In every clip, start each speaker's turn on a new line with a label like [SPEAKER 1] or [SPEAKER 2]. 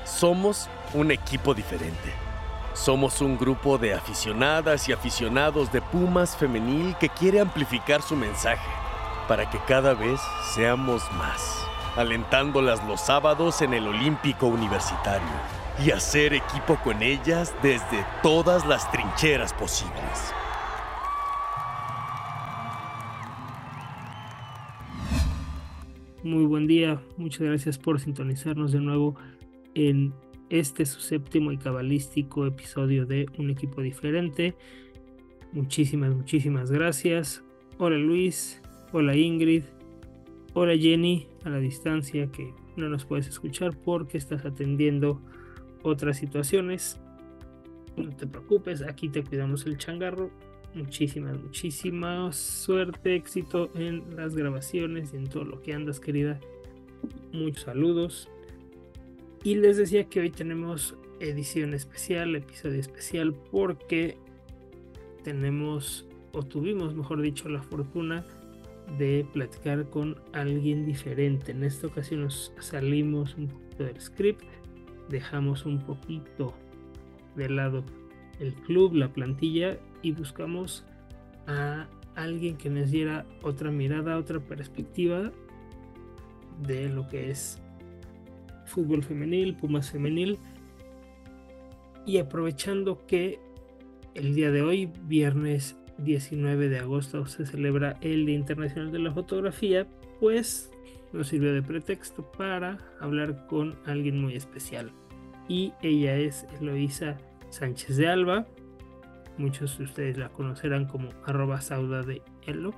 [SPEAKER 1] Somos un equipo diferente. Somos un grupo de aficionadas y aficionados de Pumas Femenil que quiere amplificar su mensaje para que cada vez seamos más, alentándolas los sábados en el Olímpico Universitario y hacer equipo con ellas desde todas las trincheras posibles.
[SPEAKER 2] Muy buen día, muchas gracias por sintonizarnos de nuevo en su séptimo y cabalístico episodio de Un Equipo Diferente. Muchísimas gracias. Hola Luis, hola Ingrid, hola Jenny, a la distancia que no nos puedes escuchar porque estás atendiendo otras situaciones. No te preocupes, aquí te cuidamos el changarro. Muchísimas suerte, éxito en las grabaciones y en todo lo que andas, querida. Muchos saludos. Y les decía que hoy tenemos edición especial, episodio especial, porque tuvimos, mejor dicho, la fortuna de platicar con alguien diferente. En esta ocasión nos salimos un poquito del script, dejamos un poquito de lado el club, la plantilla, y buscamos a alguien que nos diera otra mirada, otra perspectiva de lo que es fútbol femenil, Pumas femenil. Y aprovechando que el día de hoy, viernes 19 de agosto, se celebra el Día Internacional de la Fotografía, pues nos sirvió de pretexto para hablar con alguien muy especial. Y ella es Eloísa Sánchez de Alba. Muchos de ustedes la conocerán como @Saudadelo.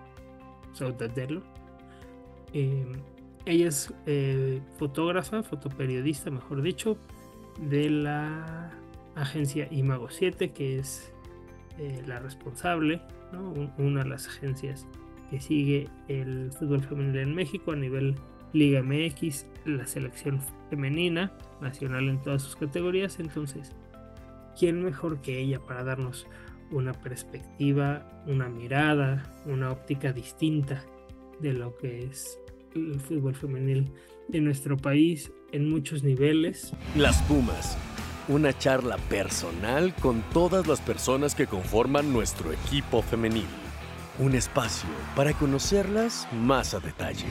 [SPEAKER 2] Ella es fotógrafa, fotoperiodista, mejor dicho, de la agencia Imago 7, que es la responsable, ¿no? Una de las agencias que sigue el fútbol femenil en México a nivel Liga MX, la selección femenina nacional en todas sus categorías. Entonces, ¿quién mejor que ella para darnos una perspectiva, una mirada, una óptica distinta de lo que es el fútbol femenil de nuestro país en muchos niveles?
[SPEAKER 1] Las Pumas, una charla personal con todas las personas que conforman nuestro equipo femenil. Un espacio para conocerlas más a detalle.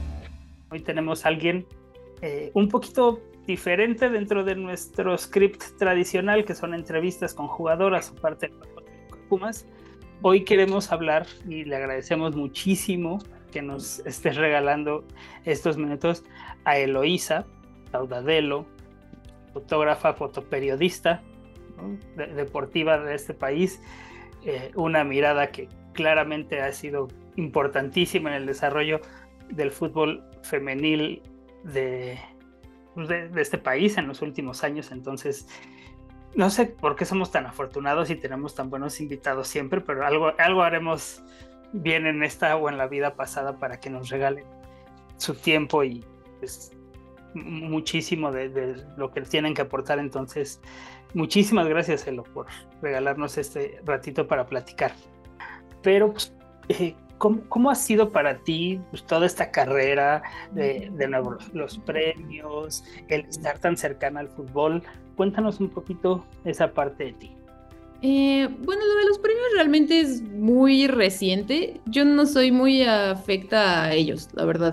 [SPEAKER 2] Hoy tenemos a alguien un poquito diferente dentro de nuestro script tradicional, que son entrevistas con jugadoras o parte del Pumas. Hoy queremos hablar, y le agradecemos muchísimo que nos estés regalando estos minutos, a Eloísa Saudadelo, fotógrafa, fotoperiodista, ¿no? Deportiva de este país, una mirada que claramente ha sido importantísima en el desarrollo del fútbol femenil de este país en los últimos años. Entonces, no sé por qué somos tan afortunados y tenemos tan buenos invitados siempre, pero algo haremos bien en esta o en la vida pasada para que nos regalen su tiempo y pues, muchísimo de lo que tienen que aportar. Entonces, muchísimas gracias, Elo, por regalarnos este ratito para platicar. Pero, pues, ¿cómo ha sido para ti pues, toda esta carrera, de nuevo los premios, el estar tan cercana al fútbol? Cuéntanos un poquito esa parte de ti.
[SPEAKER 3] Bueno, lo de los premios realmente es muy reciente. Yo no soy muy afecta a ellos, la verdad.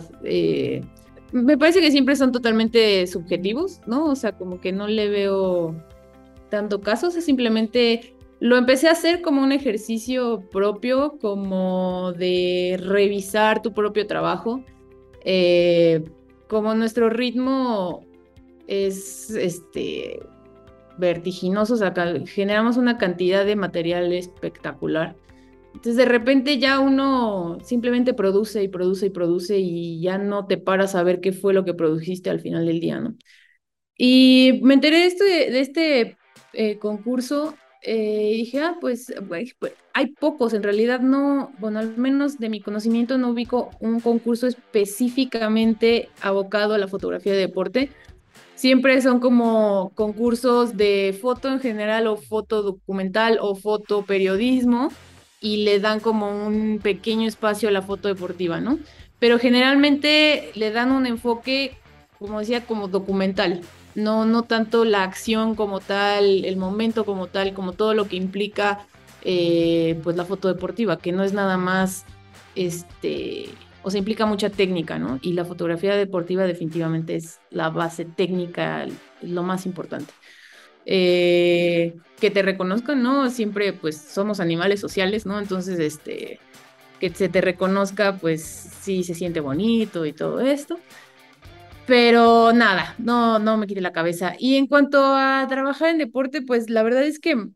[SPEAKER 3] Me parece que siempre son totalmente subjetivos, ¿no? O sea, como que no le veo tanto caso. O sea, simplemente lo empecé a hacer como un ejercicio propio, como de revisar tu propio trabajo. Como nuestro ritmo es vertiginoso, o sea, generamos una cantidad de material espectacular. Entonces de repente ya uno simplemente produce y ya no te paras a ver qué fue lo que produjiste al final del día, ¿no? Y me enteré de este concurso y dije, pues hay pocos, en realidad no, bueno, al menos de mi conocimiento no ubico un concurso específicamente abocado a la fotografía de deporte. Siempre son como concursos de foto en general o foto documental o fotoperiodismo y le dan como un pequeño espacio a la foto deportiva, ¿no? Pero generalmente le dan un enfoque, como decía, como documental. no tanto la acción como tal, el momento como tal, como todo lo que implica pues la foto deportiva, que no es nada más, o sea, implica mucha técnica, ¿no? Y la fotografía deportiva definitivamente es la base técnica, lo más importante. Que te reconozcan, ¿no? Siempre, pues, somos animales sociales, ¿no? Entonces, que se te reconozca, pues, sí se siente bonito y todo esto. Pero nada, no me quite la cabeza. Y en cuanto a trabajar en deporte, pues la verdad es que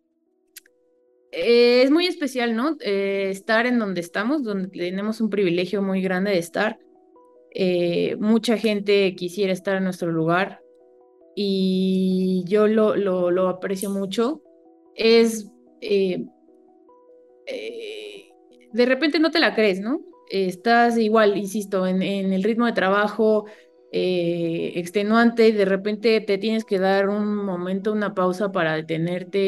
[SPEAKER 3] es muy especial, ¿no? Estar en donde estamos, donde tenemos un privilegio muy grande de estar. Mucha gente quisiera estar en nuestro lugar y yo lo aprecio mucho. Es, eh, eh, de repente no te la crees, ¿no? Estás igual, insisto, en el ritmo de trabajo extenuante y de repente te tienes que dar un momento, una pausa para detenerte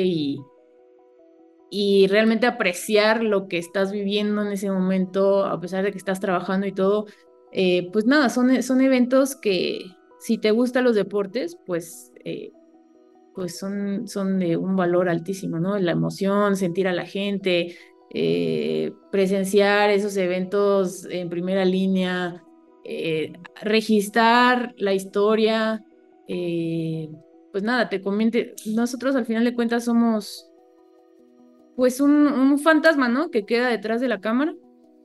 [SPEAKER 3] y realmente apreciar lo que estás viviendo en ese momento, a pesar de que estás trabajando y todo. Pues nada, son eventos que si te gustan los deportes, pues son de un valor altísimo, ¿no? La emoción, sentir a la gente, presenciar esos eventos en primera línea, registrar la historia, eh, pues nada, te comente, nosotros al final de cuentas somos pues un fantasma, ¿no? Que queda detrás de la cámara,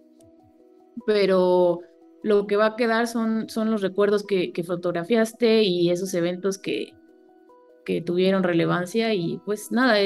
[SPEAKER 3] pero lo que va a quedar son los recuerdos que fotografiaste y esos eventos que tuvieron relevancia y pues nada,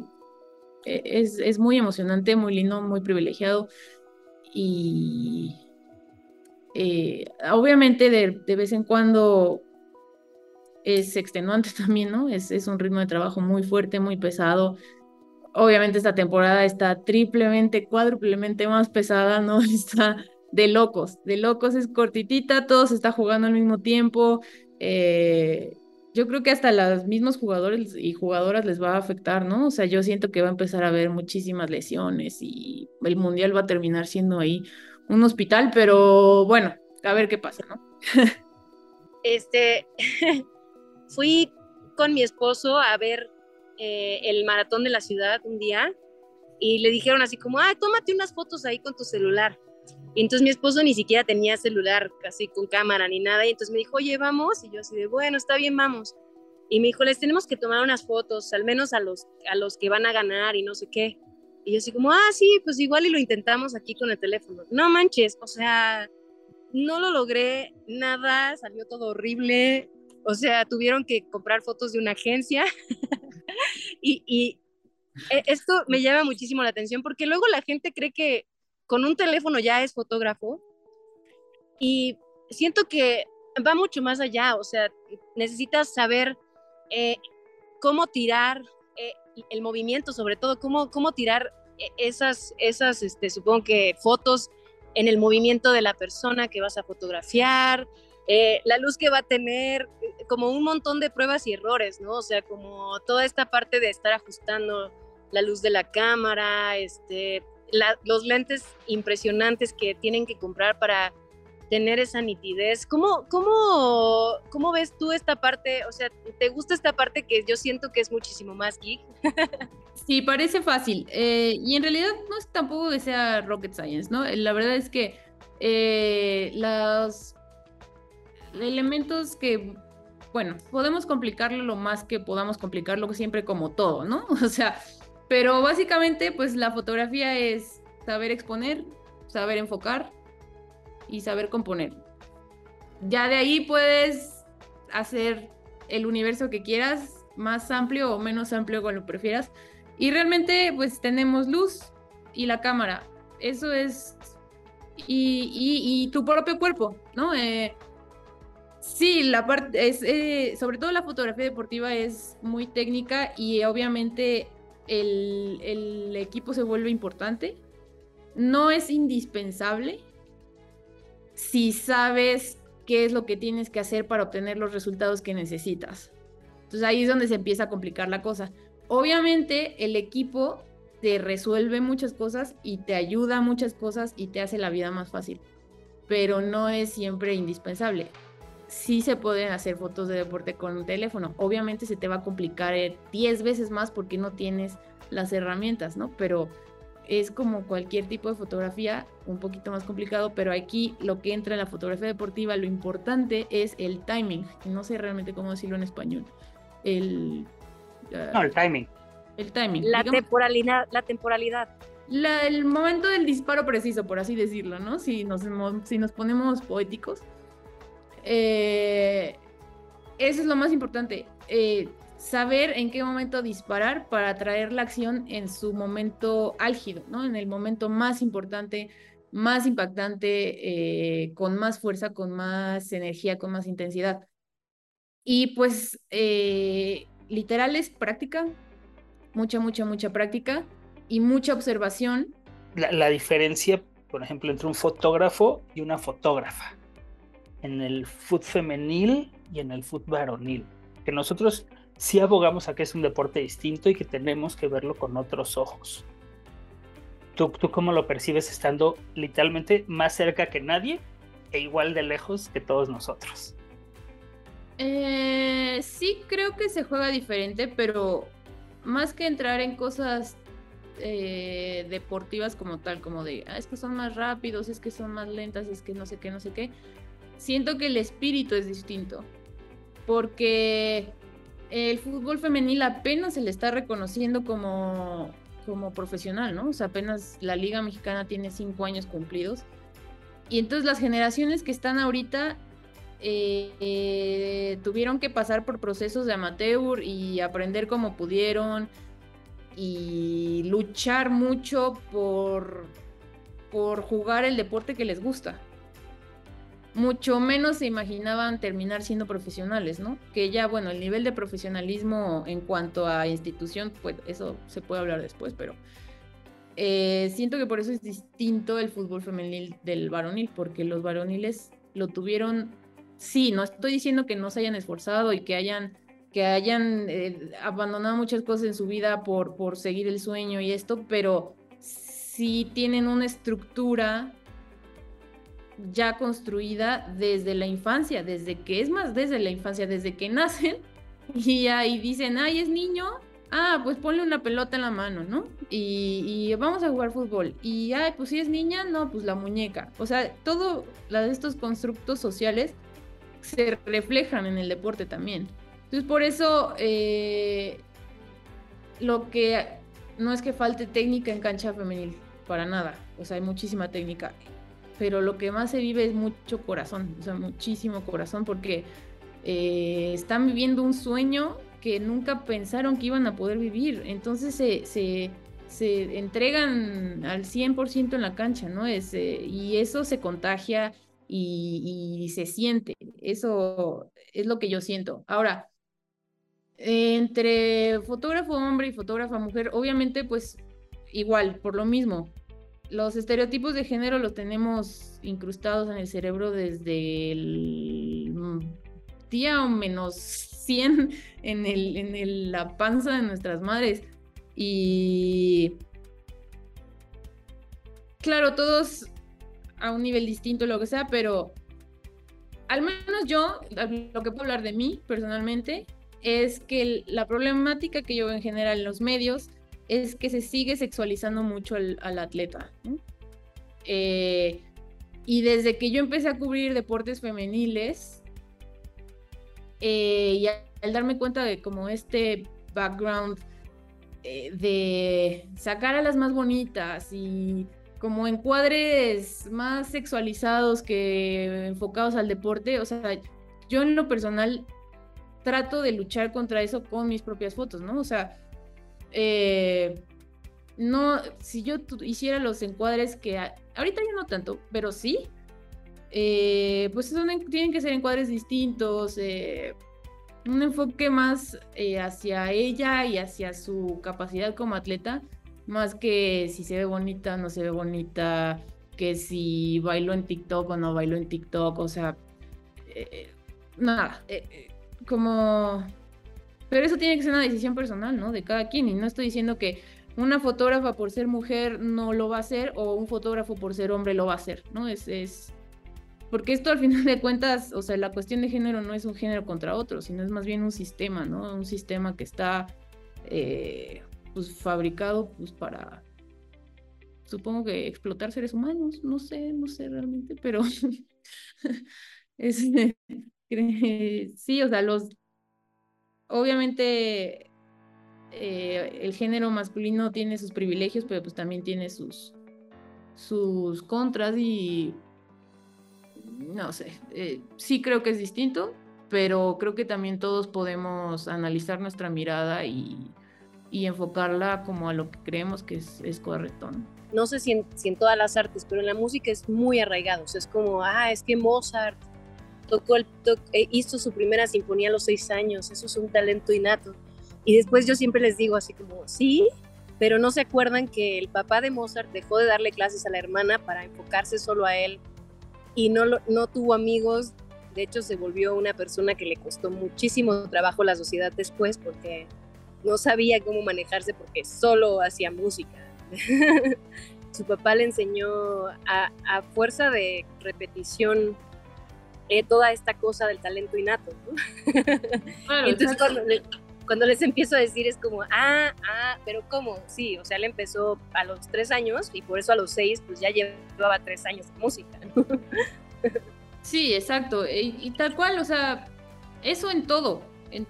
[SPEAKER 3] es muy emocionante, muy lindo, muy privilegiado y obviamente de vez en cuando es extenuante también, ¿no? Es un ritmo de trabajo muy fuerte, muy pesado. Obviamente esta temporada está triplemente, cuádruplemente más pesada, ¿no? Está de locos, es cortitita, todo se está jugando al mismo tiempo. Yo creo que hasta los mismos jugadores y jugadoras les va a afectar, ¿no? O sea, yo siento que va a empezar a haber muchísimas lesiones y el mundial va a terminar siendo ahí un hospital, pero bueno, a ver qué pasa, ¿no?
[SPEAKER 4] Este, fui con mi esposo a ver el maratón de la ciudad un día y le dijeron así como, tómate unas fotos ahí con tu celular. Y entonces mi esposo ni siquiera tenía celular, casi con cámara ni nada, y entonces me dijo, oye, vamos, y yo así de, bueno, está bien, vamos. Y me dijo, les tenemos que tomar unas fotos, al menos a los que van a ganar y no sé qué. Y yo así como, sí, pues igual y lo intentamos aquí con el teléfono. No manches, o sea, no lo logré nada, salió todo horrible, o sea, tuvieron que comprar fotos de una agencia y esto me llama muchísimo la atención porque luego la gente cree que con un teléfono ya es fotógrafo y siento que va mucho más allá, o sea, necesitas saber cómo tirar el movimiento, sobre todo, cómo tirar esas supongo que fotos en el movimiento de la persona que vas a fotografiar, la luz que va a tener, como un montón de pruebas y errores, ¿no? O sea, como toda esta parte de estar ajustando la luz de la cámara, los lentes impresionantes que tienen que comprar para tener esa nitidez. ¿Cómo ves tú esta parte? O sea, ¿te gusta esta parte que yo siento que es muchísimo más geek?
[SPEAKER 3] Sí, parece fácil. Y en realidad no es tampoco que sea rocket science, ¿no? La verdad es que los elementos que, bueno, podemos complicarlo lo más que podamos complicarlo, siempre como todo, ¿no? O sea, pero básicamente, pues la fotografía es saber exponer, saber enfocar y saber componer. Ya de ahí puedes hacer el universo que quieras, más amplio o menos amplio, como lo prefieras. Y realmente, pues tenemos luz y la cámara. Eso es. Y tu propio cuerpo, ¿no? Sí, la parte es, sobre todo la fotografía deportiva es muy técnica y obviamente el equipo se vuelve importante. No es indispensable si sabes qué es lo que tienes que hacer para obtener los resultados que necesitas. Entonces ahí es donde se empieza a complicar la cosa. Obviamente el equipo te resuelve muchas cosas y te ayuda a muchas cosas y te hace la vida más fácil, pero no es siempre indispensable. sí se pueden hacer fotos de deporte con un teléfono. Obviamente se te va a complicar 10 veces más porque no tienes las herramientas, ¿no? Pero es como cualquier tipo de fotografía, un poquito más complicado, pero aquí lo que entra en la fotografía deportiva, lo importante es el timing. No sé realmente cómo decirlo en español. El
[SPEAKER 2] timing.
[SPEAKER 3] El timing.
[SPEAKER 4] La temporalidad.
[SPEAKER 3] El momento del disparo preciso, por así decirlo, ¿no? Si nos ponemos poéticos. Eso es lo más importante. Saber en qué momento disparar para traer la acción en su momento álgido, ¿no? En el momento más importante, más impactante, con más fuerza, con más energía, con más intensidad. Y pues, literal es práctica, mucha práctica y mucha observación.
[SPEAKER 2] La diferencia, por ejemplo, entre un fotógrafo y una fotógrafa en el fútbol femenil y en el fútbol varonil, que nosotros sí abogamos a que es un deporte distinto y que tenemos que verlo con otros ojos. ¿Tú cómo lo percibes estando literalmente más cerca que nadie e igual de lejos que todos nosotros?
[SPEAKER 3] Sí, creo que se juega diferente, pero más que entrar en cosas deportivas como tal, como de, es que son más rápidos, es que son más lentas, es que no sé qué, siento que el espíritu es distinto, porque el fútbol femenil apenas se le está reconociendo como profesional, ¿no? O sea, apenas la Liga Mexicana tiene 5 años cumplidos, y entonces las generaciones que están ahorita tuvieron que pasar por procesos de amateur y aprender como pudieron y luchar mucho por jugar el deporte que les gusta. Mucho menos se imaginaban terminar siendo profesionales, ¿no? Que ya, bueno, el nivel de profesionalismo en cuanto a institución, pues eso se puede hablar después, pero siento que por eso es distinto el fútbol femenil del varonil, porque los varoniles lo tuvieron. Sí, no estoy diciendo que no se hayan esforzado y que hayan abandonado muchas cosas en su vida por seguir el sueño y esto, pero sí tienen una estructura ya construida desde la infancia, desde que nacen y ahí dicen, ay, es niño, pues ponle una pelota en la mano, ¿no? Y vamos a jugar fútbol. Y, pues si es niña, no, pues la muñeca. O sea, todos estos constructos sociales se reflejan en el deporte también. Entonces, por eso, lo que no es que falte técnica en cancha femenil, para nada. O sea, hay muchísima técnica. Pero lo que más se vive es mucho corazón, o sea, muchísimo corazón, porque están viviendo un sueño que nunca pensaron que iban a poder vivir. Entonces se entregan al 100% en la cancha, ¿no? Y eso se contagia y se siente. Eso es lo que yo siento. Ahora, entre fotógrafo hombre y fotógrafa mujer, obviamente, pues igual, por lo mismo. Los estereotipos de género los tenemos incrustados en el cerebro desde el día o menos 100 en la panza de nuestras madres. Y claro, todos a un nivel distinto, lo que sea, pero al menos yo, lo que puedo hablar de mí personalmente, es que la problemática que yo veo en general en los medios es que se sigue sexualizando mucho al atleta, ¿no? Y desde que yo empecé a cubrir deportes femeniles, y al darme cuenta de como este background de sacar a las más bonitas y como encuadres más sexualizados que enfocados al deporte, o sea, yo en lo personal trato de luchar contra eso con mis propias fotos, ¿no? O sea, no, si yo hiciera los encuadres que ahorita ya no tanto, pero sí, pues tienen que ser encuadres distintos, un enfoque más hacia ella y hacia su capacidad como atleta, más que si se ve bonita, no se ve bonita, que si bailó en TikTok o no bailó en TikTok, o sea, nada, como... Pero eso tiene que ser una decisión personal, ¿no? De cada quien. Y no estoy diciendo que una fotógrafa por ser mujer no lo va a hacer o un fotógrafo por ser hombre lo va a hacer, ¿no? porque esto al final de cuentas, o sea, la cuestión de género no es un género contra otro, sino es más bien un sistema, ¿no? Un sistema que está pues fabricado pues para, supongo que explotar seres humanos, no sé realmente, pero es, sí, o sea, obviamente el género masculino tiene sus privilegios, pero pues también tiene sus contras y no sé, sí creo que es distinto, pero creo que también todos podemos analizar nuestra mirada y enfocarla como a lo que creemos que es correcto, ¿no?
[SPEAKER 4] No sé si en todas las artes, pero en la música es muy arraigado. O sea, es como, es que Mozart hizo su primera sinfonía a los 6 años, eso es un talento innato. Y después yo siempre les digo así como, sí, pero no se acuerdan que el papá de Mozart dejó de darle clases a la hermana para enfocarse solo a él y no tuvo amigos. De hecho, se volvió una persona que le costó muchísimo trabajo la sociedad después porque no sabía cómo manejarse porque solo hacía música. Su papá le enseñó a fuerza de repetición toda esta cosa del talento innato, ¿no?
[SPEAKER 3] Claro,
[SPEAKER 4] entonces cuando les empiezo a decir es como, pero ¿cómo? Sí, o sea, él empezó a los 3 años y por eso a los 6 pues ya llevaba 3 años de música, ¿no?
[SPEAKER 3] Sí, exacto, y tal cual, o sea, eso en todo.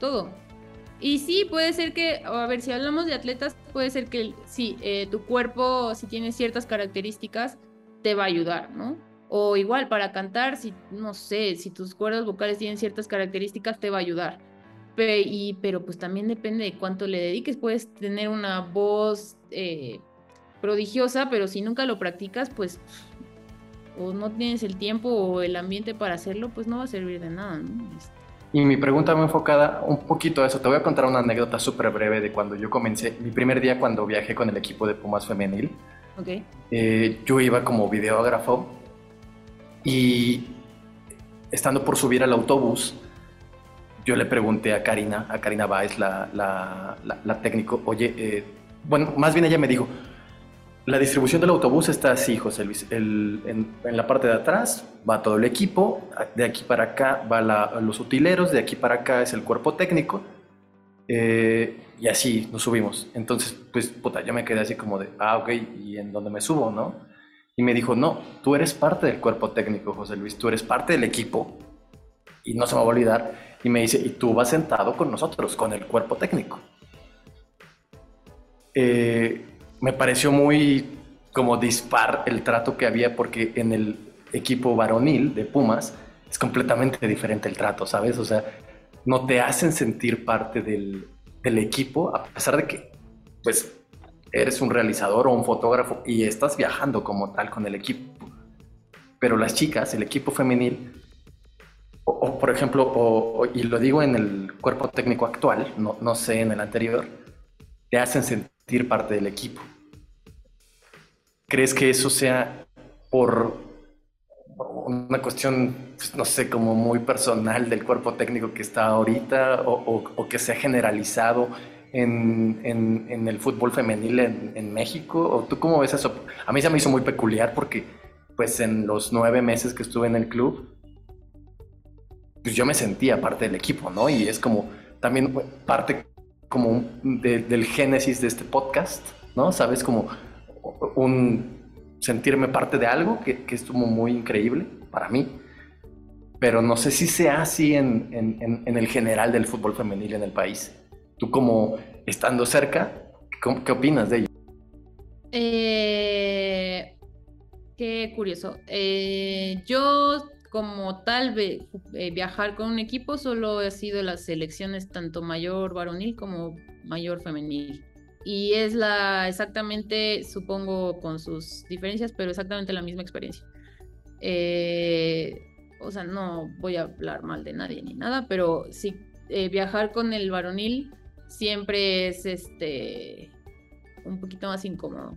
[SPEAKER 3] Y sí, puede ser que, a ver, si hablamos de atletas, puede ser que sí, tu cuerpo, si tiene ciertas características, te va a ayudar, ¿no? O igual para cantar, si, no sé, si tus cuerdas vocales tienen ciertas características, te va a ayudar. Pero pues también depende de cuánto le dediques. Puedes tener una voz prodigiosa, pero si nunca lo practicas, pues o no tienes el tiempo o el ambiente para hacerlo, pues no va a servir de nada, ¿no?
[SPEAKER 5] Y mi pregunta va enfocada un poquito a eso. Te voy a contar una anécdota súper breve de cuando yo comencé, mi primer día cuando viajé con el equipo de Pumas femenil.
[SPEAKER 3] Ok.
[SPEAKER 5] Yo iba como videógrafo y estando por subir al autobús, yo le pregunté a Karina Báez, la técnico, oye, bueno, más bien ella me dijo, la distribución del autobús está así, José Luis. En la parte de atrás va todo el equipo, de aquí para acá va los utileros, de aquí para acá es el cuerpo técnico, y así nos subimos. Entonces, pues, puta, yo me quedé así como de, ok, ¿y en dónde me subo, no? Y me dijo, no, tú eres parte del cuerpo técnico, José Luis, tú eres parte del equipo, y no se me va a olvidar. Y me dice, y tú vas sentado con nosotros, con el cuerpo técnico. Me pareció muy como dispar el trato que había porque en el equipo varonil de Pumas es completamente diferente el trato, ¿sabes? O sea, no te hacen sentir parte del equipo a pesar de que, pues, eres un realizador o un fotógrafo y estás viajando como tal con el equipo. Pero las chicas, el equipo femenil, o por ejemplo, y lo digo en el cuerpo técnico actual, no sé en el anterior, te hacen sentir parte del equipo. ¿Crees que eso sea por una cuestión, pues, no sé, como muy personal del cuerpo técnico que está ahorita o que se ha generalizado en el fútbol femenil en México? ¿O tú cómo ves eso? A mí se me hizo muy peculiar porque pues en los 9 meses que estuve en el club, pues yo me sentía parte del equipo, ¿no? Y es como también parte como del génesis de este podcast, ¿no? ¿Sabes? Como sentirme parte de algo que estuvo muy increíble para mí, pero no sé si sea así en el general del fútbol femenil en el país. Tú como estando cerca, ¿qué opinas de ello?
[SPEAKER 3] Qué curioso. Yo como tal viajar con un equipo solo ha sido las selecciones tanto mayor varonil como mayor femenil. Y es exactamente, supongo con sus diferencias, pero exactamente la misma experiencia. O sea, no voy a hablar mal de nadie ni nada, pero sí, viajar con el varonil siempre es un poquito más incómodo.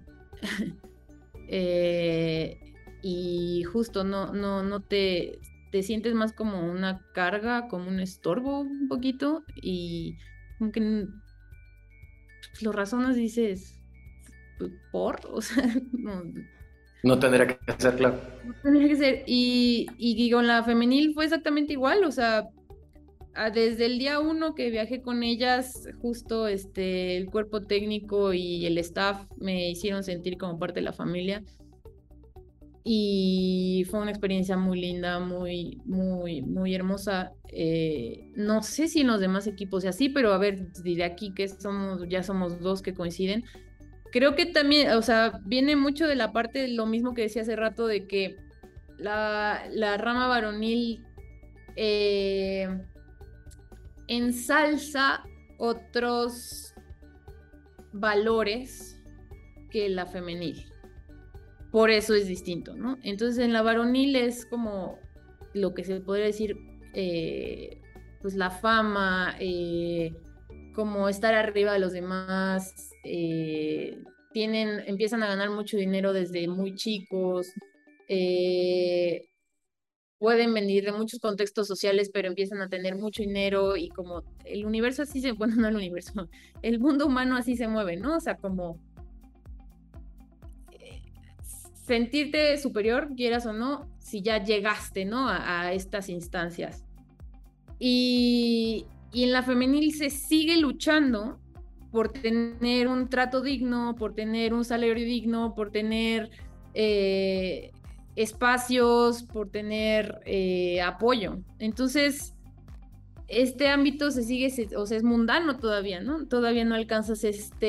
[SPEAKER 3] Y justo no te sientes más como una carga, como un estorbo un poquito, y como que lo razonas y dices, ¿por? O sea, no,
[SPEAKER 5] No tendría que ser, claro.
[SPEAKER 3] Tendría que ser. Y con la femenil fue exactamente igual, o sea, desde el día 1 que viajé con ellas, justo el cuerpo técnico y el staff me hicieron sentir como parte de la familia. Y fue una experiencia muy linda, muy, muy, muy hermosa. No sé si en los demás equipos sea así, pero a ver, de aquí que ya somos dos que coinciden. Creo que también, o sea, viene mucho de la parte de lo mismo que decía hace rato, de que la rama varonil ensalza otros valores que la femenil. Por eso es distinto, ¿no? Entonces en la varonil es como lo que se podría decir, pues la fama, como estar arriba de los demás, empiezan a ganar mucho dinero desde muy chicos, pueden venir de muchos contextos sociales, pero empiezan a tener mucho dinero y como el universo así se, bueno, no el universo, el mundo humano así se mueve, ¿no? O sea, como sentirte superior, quieras o no, si ya llegaste, ¿no? A estas instancias. Y en la femenil se sigue luchando por tener un trato digno, por tener un salario digno, por tener espacios, por tener apoyo. Entonces, este ámbito se sigue, o sea, es mundano todavía, ¿no? Todavía no alcanzas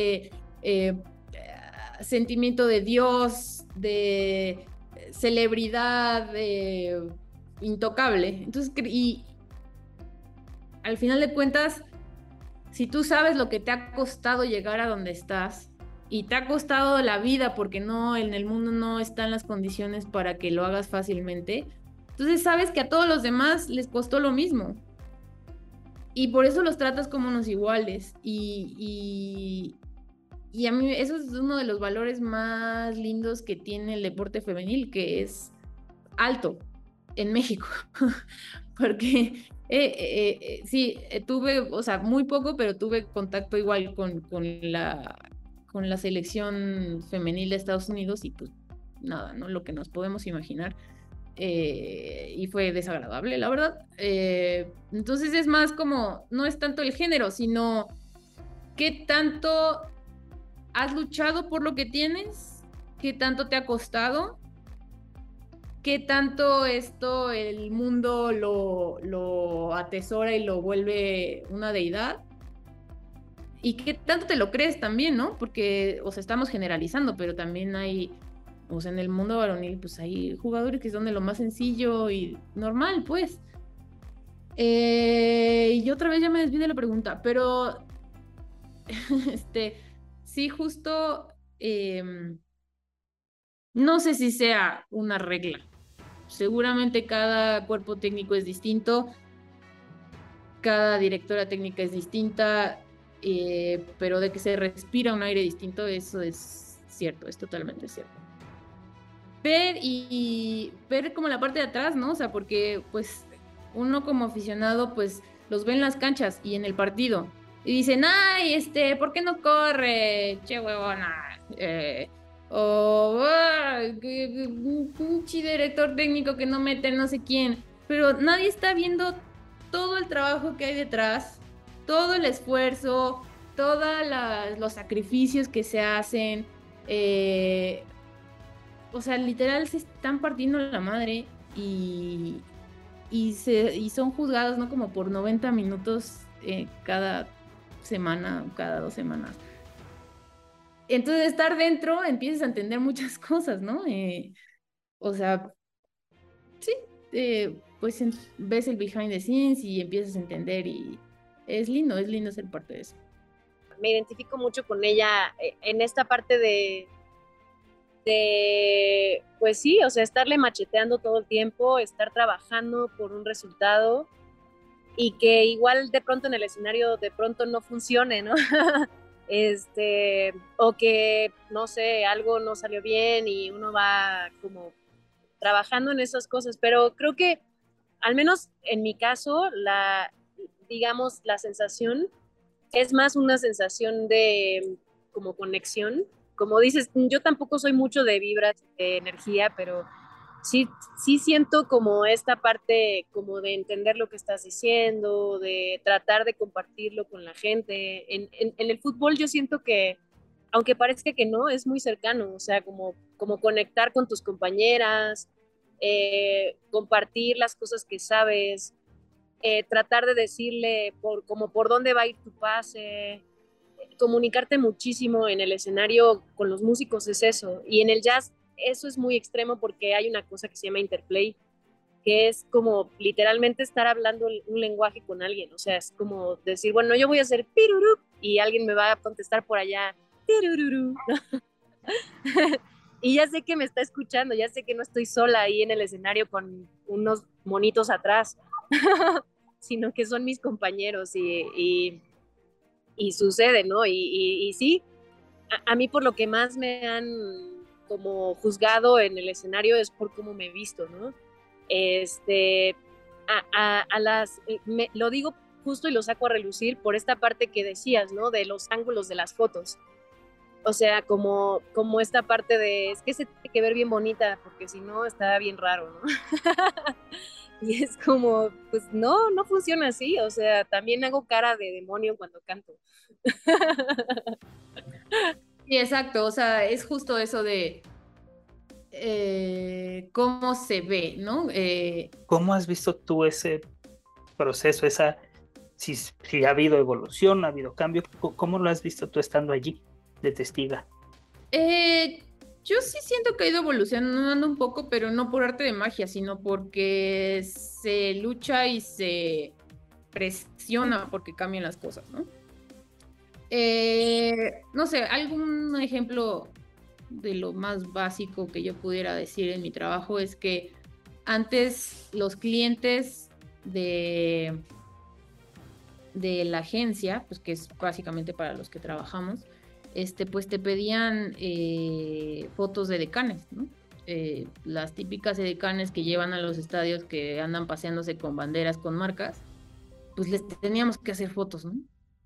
[SPEAKER 3] sentimiento de Dios, de celebridad, intocable. Entonces, y al final de cuentas, si tú sabes lo que te ha costado llegar a donde estás y te ha costado la vida porque no, en el mundo no están las condiciones para que lo hagas fácilmente, entonces sabes que a todos los demás les costó lo mismo. Y por eso los tratas como unos iguales. Y a mí eso es uno de los valores más lindos que tiene el deporte femenil, que es alto en México. Porque sí, tuve, o sea, muy poco, pero tuve contacto igual con la selección femenil de Estados Unidos y pues nada, ¿no? Lo que nos podemos imaginar. Y fue desagradable, la verdad. Entonces es más como, no es tanto el género, sino qué tanto has luchado por lo que tienes, qué tanto te ha costado, qué tanto esto el mundo lo atesora y lo vuelve una deidad. Y qué tanto te lo crees también, ¿no? Porque, o sea, estamos generalizando, pero también hay, o sea, en el mundo varonil, pues hay jugadores que son de lo más sencillo y normal, pues. Y otra vez ya me desvié de la pregunta, pero sí, justo, no sé si sea una regla. Seguramente cada cuerpo técnico es distinto, cada directora técnica es distinta, pero de que se respira un aire distinto, eso es cierto, es totalmente cierto. Ver como la parte de atrás, ¿no? O sea, porque pues uno como aficionado pues los ve en las canchas y en el partido y dicen, ay, ¿por qué no corre? Che huevona. O un pinche director técnico que no mete no sé quién. Pero nadie está viendo todo el trabajo que hay detrás, todo el esfuerzo, todos los sacrificios que se hacen. O sea, literal se están partiendo la madre y son juzgados, ¿no? Como por 90 minutos cada semana o cada 2 semanas. Entonces, estar dentro, empiezas a entender muchas cosas, ¿no? O sea, sí, pues ves el behind the scenes y empiezas a entender y es lindo ser parte de eso.
[SPEAKER 4] Me identifico mucho con ella en esta parte de pues sí, o sea, estarle macheteando todo el tiempo, estar trabajando por un resultado y que igual de pronto en el escenario de pronto no funcione, ¿no? O que, no sé, algo no salió bien y uno va como trabajando en esas cosas, pero creo que al menos en mi caso, digamos, la sensación es más una sensación de como conexión como dices, yo tampoco soy mucho de vibras, de energía, pero sí siento como esta parte como de entender lo que estás diciendo, de tratar de compartirlo con la gente. En el fútbol yo siento que, aunque parezca que no, es muy cercano, o sea, como conectar con tus compañeras, compartir las cosas que sabes, tratar de decirle como por dónde va a ir tu pase, comunicarte muchísimo en el escenario con los músicos es eso, y en el jazz eso es muy extremo porque hay una cosa que se llama interplay, que es como literalmente estar hablando un lenguaje con alguien, o sea, es como decir, bueno, yo voy a hacer pirurú y alguien me va a contestar por allá, pirurú, ¿no? Y ya sé que me está escuchando, ya sé que no estoy sola ahí en el escenario con unos monitos atrás, sino que son mis compañeros y sucede, ¿no? Y sí, a mí por lo que más me han como juzgado en el escenario es por cómo me he visto, ¿no? Lo digo justo y lo saco a relucir por esta parte que decías, ¿no? De los ángulos de las fotos. O sea, como esta parte de, es que se tiene que ver bien bonita, porque si no, está bien raro, ¿no? Y es como, pues no funciona así, o sea, también hago cara de demonio cuando canto.
[SPEAKER 3] Sí, exacto, o sea, es justo eso de cómo se ve, ¿no?
[SPEAKER 2] ¿Cómo has visto tú ese proceso, si ha habido evolución, ha habido cambio? ¿Cómo lo has visto tú estando allí de testiga?
[SPEAKER 3] Yo sí siento que ha ido evolucionando un poco, pero no por arte de magia, sino porque se lucha y se presiona porque cambian las cosas, ¿no? No sé, algún ejemplo de lo más básico que yo pudiera decir en mi trabajo es que antes los clientes de la agencia, pues que es básicamente para los que trabajamos, pues te pedían fotos de decanes, ¿no? Las típicas decanes que llevan a los estadios que andan paseándose con banderas, con marcas, pues les teníamos que hacer fotos, ¿no?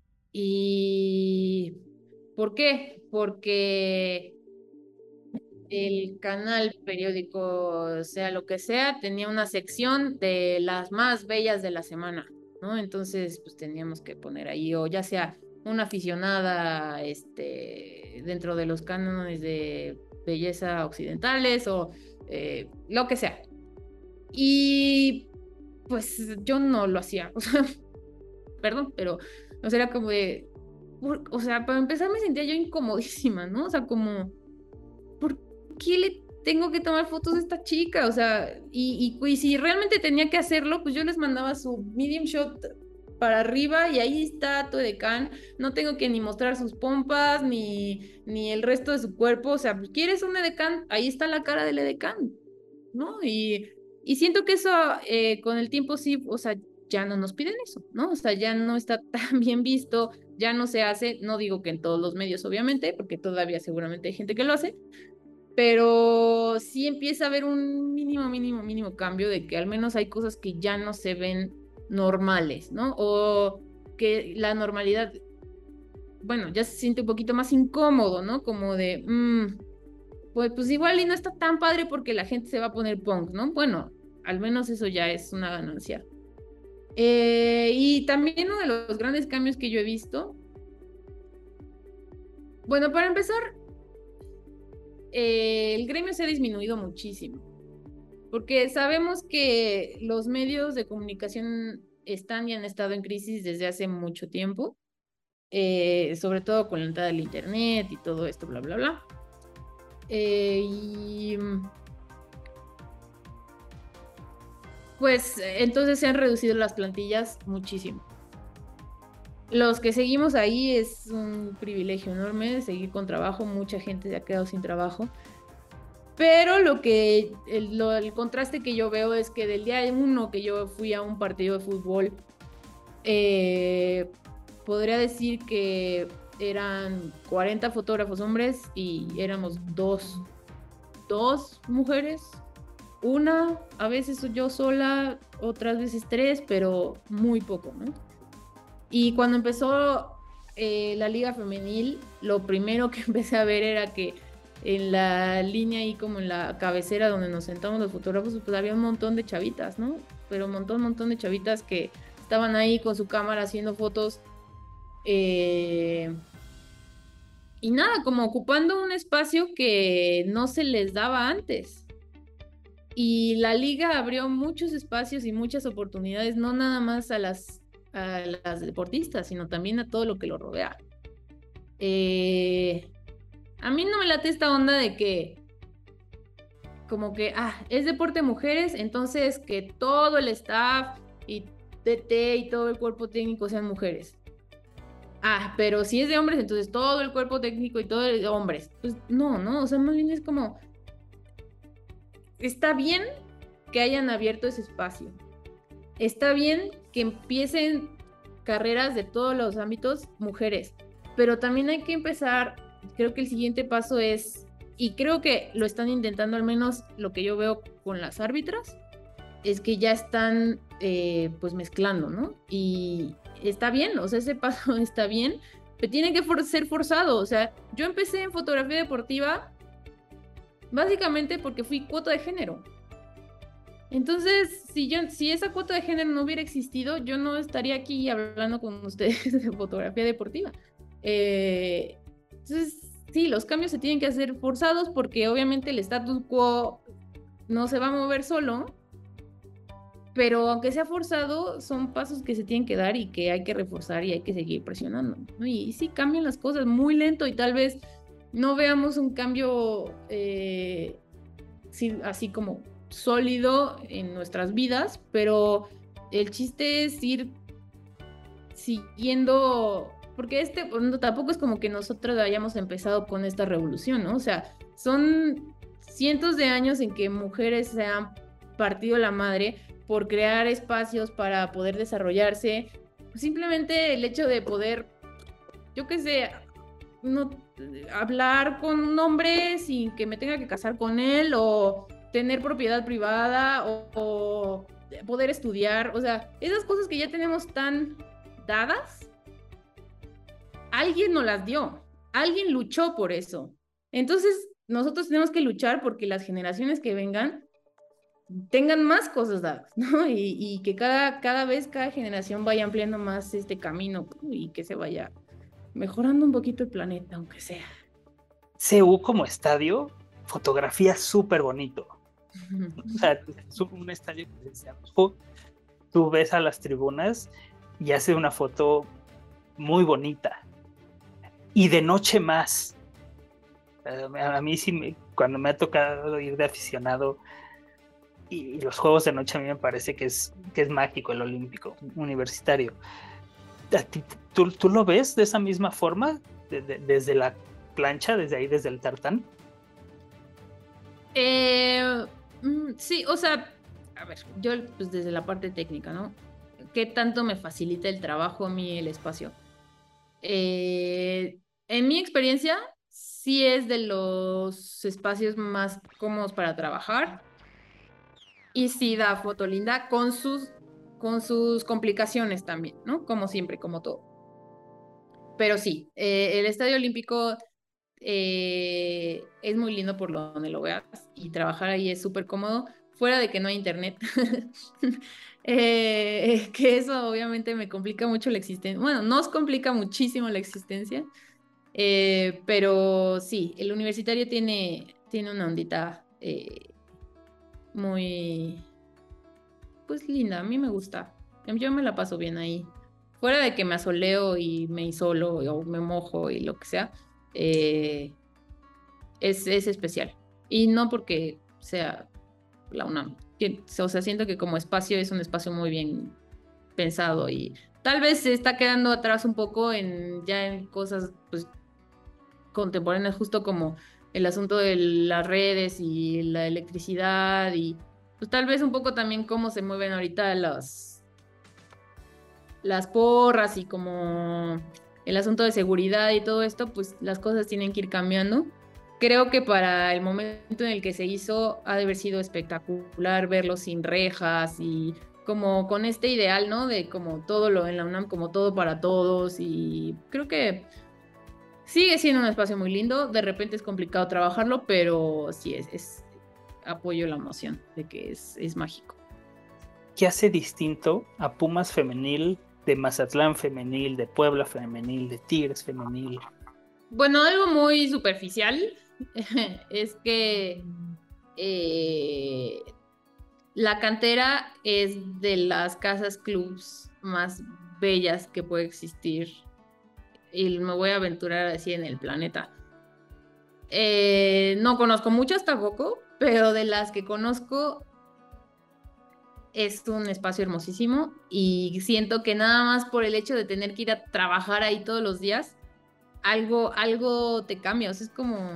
[SPEAKER 3] ¿Y por qué? Porque el canal periódico, sea lo que sea, tenía una sección de las más bellas de la semana, ¿no? Entonces, pues teníamos que poner ahí, o ya sea una aficionada dentro de los cánones de belleza occidentales o lo que sea. Y pues yo no lo hacía, o sea, perdón, pero o sea, era como de, o sea, para empezar me sentía yo incomodísima, ¿no? O sea, como, ¿por qué le tengo que tomar fotos a esta chica? O sea, y si realmente tenía que hacerlo, pues yo les mandaba su medium shot para arriba y ahí está tu edecán, no tengo que ni mostrar sus pompas ni el resto de su cuerpo, o sea, pues quieres un edecán, ahí está la cara del edecán, ¿no? Y siento que eso con el tiempo sí, o sea, ya no nos piden eso, ¿no? O sea, ya no está tan bien visto, ya no se hace, no digo que en todos los medios, obviamente, porque todavía seguramente hay gente que lo hace, pero sí empieza a haber un mínimo cambio de que al menos hay cosas que ya no se ven normales, ¿no? O que la normalidad, bueno, ya se siente un poquito más incómodo, ¿no? Como de, pues igual y no está tan padre porque la gente se va a poner punk, ¿no? Bueno, al menos eso ya es una ganancia. Y también uno de los grandes cambios que yo he visto, bueno, para empezar, el gremio se ha disminuido muchísimo, porque sabemos que los medios de comunicación están y han estado en crisis desde hace mucho tiempo, sobre todo con la entrada del internet y todo esto, bla, bla, bla. Y pues entonces se han reducido las plantillas muchísimo. Los que seguimos ahí es un privilegio enorme seguir con trabajo, mucha gente se ha quedado sin trabajo, pero el contraste que yo veo es que del día 1 que yo fui a un partido de fútbol, podría decir que eran 40 fotógrafos hombres y éramos dos mujeres, una, a veces yo sola, otras veces 3, pero muy poco, ¿no? Y cuando empezó la liga femenil, lo primero que empecé a ver era que en la línea ahí como en la cabecera donde nos sentamos los fotógrafos, pues había un montón de chavitas, ¿no? Pero un montón de chavitas que estaban ahí con su cámara haciendo fotos. Y nada, como ocupando un espacio que no se les daba antes. Y la liga abrió muchos espacios y muchas oportunidades, no nada más a las deportistas, sino también a todo lo que lo rodea. A mí no me late esta onda de que como que, es deporte de mujeres, entonces que todo el staff y TT y todo el cuerpo técnico sean mujeres. Pero si es de hombres, entonces todo el cuerpo técnico y todo es de hombres. Pues no, o sea, más bien es como, está bien que hayan abierto ese espacio. Está bien que empiecen carreras de todos los ámbitos mujeres, pero también hay que empezar, creo que el siguiente paso es, y creo que lo están intentando, al menos lo que yo veo con las árbitras, es que ya están pues mezclando, ¿no? Y está bien, o sea, ese paso está bien, pero tiene que ser forzado. O sea, yo empecé en fotografía deportiva básicamente porque fui cuota de género. Entonces, si esa cuota de género no hubiera existido, yo no estaría aquí hablando con ustedes de fotografía deportiva. Entonces, sí, los cambios se tienen que hacer forzados porque obviamente el status quo no se va a mover solo, pero aunque sea forzado, son pasos que se tienen que dar y que hay que reforzar y hay que seguir presionando, ¿no? Y sí cambian las cosas muy lento y tal vez no veamos un cambio así como sólido en nuestras vidas, pero el chiste es ir siguiendo, porque tampoco es como que nosotros hayamos empezado con esta revolución, ¿no? O sea, son cientos de años en que mujeres se han partido la madre por crear espacios para poder desarrollarse. Simplemente el hecho de poder, yo qué sé, no hablar con un hombre sin que me tenga que casar con él, o tener propiedad privada, o poder estudiar, o sea, esas cosas que ya tenemos tan dadas, alguien nos las dio, alguien luchó por eso. Entonces, nosotros tenemos que luchar porque las generaciones que vengan tengan más cosas dadas, ¿no? Y que cada vez, cada generación vaya ampliando más este camino y que se vaya mejorando un poquito el planeta, aunque sea.
[SPEAKER 2] CU como estadio, fotografía súper bonito. O sea, un estadio que desde abajo tú ves a las tribunas y hace una foto muy bonita. Y de noche más. A mí sí, cuando me ha tocado ir de aficionado y los juegos de noche, a mí me parece que es mágico el olímpico universitario. ¿Tú lo ves de esa misma forma? Desde la plancha, desde ahí, desde el tartán.
[SPEAKER 3] Sí, o sea, a ver, yo pues desde la parte técnica, ¿no? ¿Qué tanto me facilita el trabajo a mí el espacio? En mi experiencia, sí es de los espacios más cómodos para trabajar. Y sí da foto linda con sus complicaciones también, ¿no? Como siempre, como todo. Pero sí, el Estadio Olímpico es muy lindo por donde lo veas y trabajar ahí es súper cómodo, fuera de que no hay internet. Que eso obviamente me complica mucho la existencia. Bueno, nos complica muchísimo la existencia. Pero sí, el universitario tiene una ondita muy, pues linda, a mí me gusta. Yo me la paso bien ahí. Fuera de que me asoleo y me isolo o me mojo y lo que sea, es especial. Y no porque sea la UNAM. O sea, siento que como espacio es un espacio muy bien pensado y tal vez se está quedando atrás un poco ya en cosas pues contemporáneas, justo como el asunto de las redes y la electricidad y pues tal vez un poco también cómo se mueven ahorita las porras y como el asunto de seguridad y todo esto, pues las cosas tienen que ir cambiando. Creo que para el momento en el que se hizo ha de haber sido espectacular verlo sin rejas y como con este ideal, ¿no? De como todo lo en la UNAM, como todo para todos, y creo que sigue siendo un espacio muy lindo. De repente es complicado trabajarlo, pero sí es apoyo la emoción de que es mágico.
[SPEAKER 2] ¿Qué hace distinto a Pumas femenil, de Mazatlán femenil, de Puebla femenil, de Tigres femenil?
[SPEAKER 3] Bueno, algo muy superficial es que la cantera es de las casas clubs más bellas que puede existir, y me voy a aventurar así en el planeta. No conozco muchas tampoco, pero de las que conozco es un espacio hermosísimo, y siento que nada más por el hecho de tener que ir a trabajar ahí todos los días, algo te cambia. O sea, es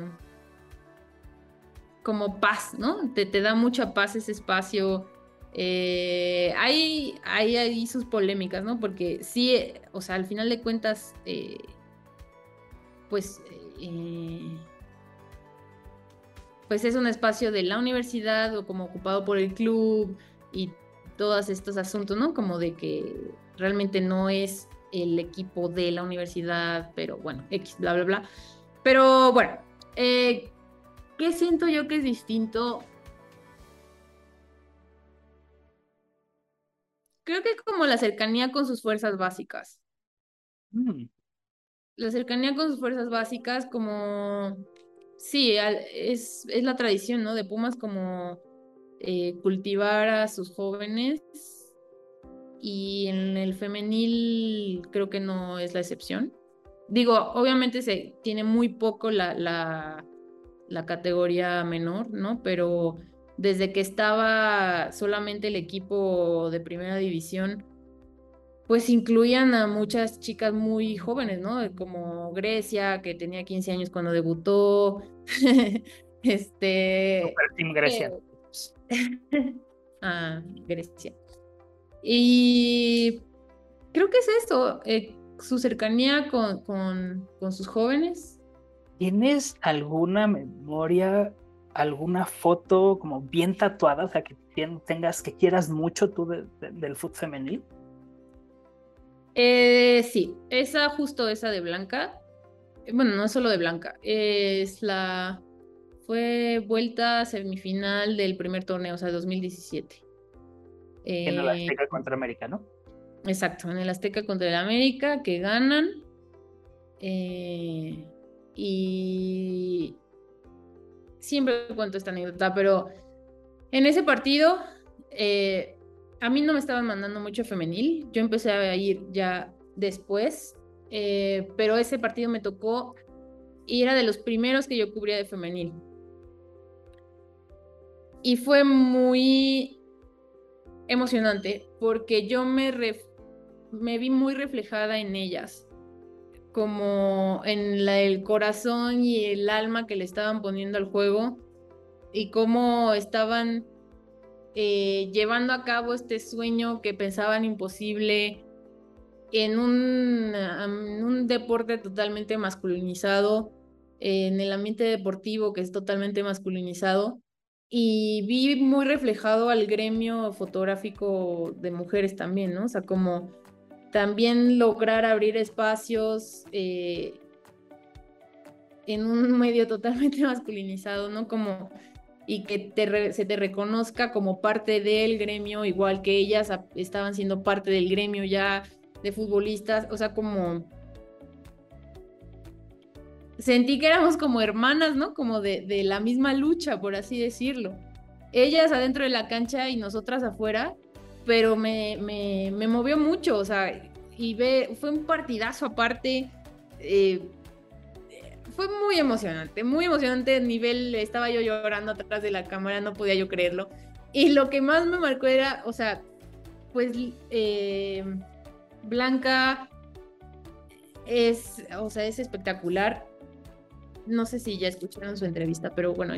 [SPEAKER 3] como paz, ¿no? Te da mucha paz ese espacio. Hay sus polémicas, ¿no? Porque sí, o sea, al final de cuentas, pues es un espacio de la universidad o como ocupado por el club y todos estos asuntos, ¿no? Como de que realmente no es el equipo de la universidad, pero bueno, X, bla, bla, bla. Pero bueno, ¿qué siento yo que es distinto? Creo que como la cercanía con sus fuerzas básicas. La cercanía con sus fuerzas básicas, como... Sí, es la tradición, ¿no? De Pumas, como cultivar a sus jóvenes, y en el femenil creo que no es la excepción. Digo, obviamente se tiene muy poco la categoría menor, ¿no? Pero desde que estaba solamente el equipo de primera división, pues incluían a muchas chicas muy jóvenes, ¿no? Como Grecia, que tenía 15 años cuando debutó.
[SPEAKER 2] Super Team Grecia.
[SPEAKER 3] Grecia. Y creo que es eso, su cercanía con sus jóvenes.
[SPEAKER 2] ¿Tienes alguna memoria, alguna foto como bien tatuada, o sea, que tengas, que quieras mucho tú del fútbol femenil?
[SPEAKER 3] Sí, esa de Blanca. Bueno, no es solo de Blanca, fue vuelta semifinal del primer torneo, o sea, 2017.
[SPEAKER 2] En el Azteca contra América, ¿no?
[SPEAKER 3] Exacto, en el Azteca contra el América, que ganan. Y siempre cuento esta anécdota, pero en ese partido a mí no me estaban mandando mucho femenil. Yo empecé a ir ya después, pero ese partido me tocó y era de los primeros que yo cubría de femenil. Y fue muy emocionante porque yo me vi muy reflejada en ellas, como en el corazón y el alma que le estaban poniendo al juego, y cómo estaban llevando a cabo este sueño que pensaban imposible en un deporte totalmente masculinizado, en el ambiente deportivo que es totalmente masculinizado. Y vi muy reflejado al gremio fotográfico de mujeres también, ¿no? O sea, como también lograr abrir espacios en un medio totalmente masculinizado, ¿no? Como, y que se te reconozca como parte del gremio, igual que ellas estaban siendo parte del gremio ya de futbolistas. O sea, como sentí que éramos como hermanas, ¿no? Como de la misma lucha, por así decirlo. Ellas adentro de la cancha y nosotras afuera, pero me movió mucho, o sea, fue un partidazo aparte. Fue muy emocionante. El nivel, estaba yo llorando atrás de la cámara, no podía yo creerlo. Y lo que más me marcó era, o sea, pues Blanca es espectacular. No sé si ya escucharon su entrevista, pero bueno,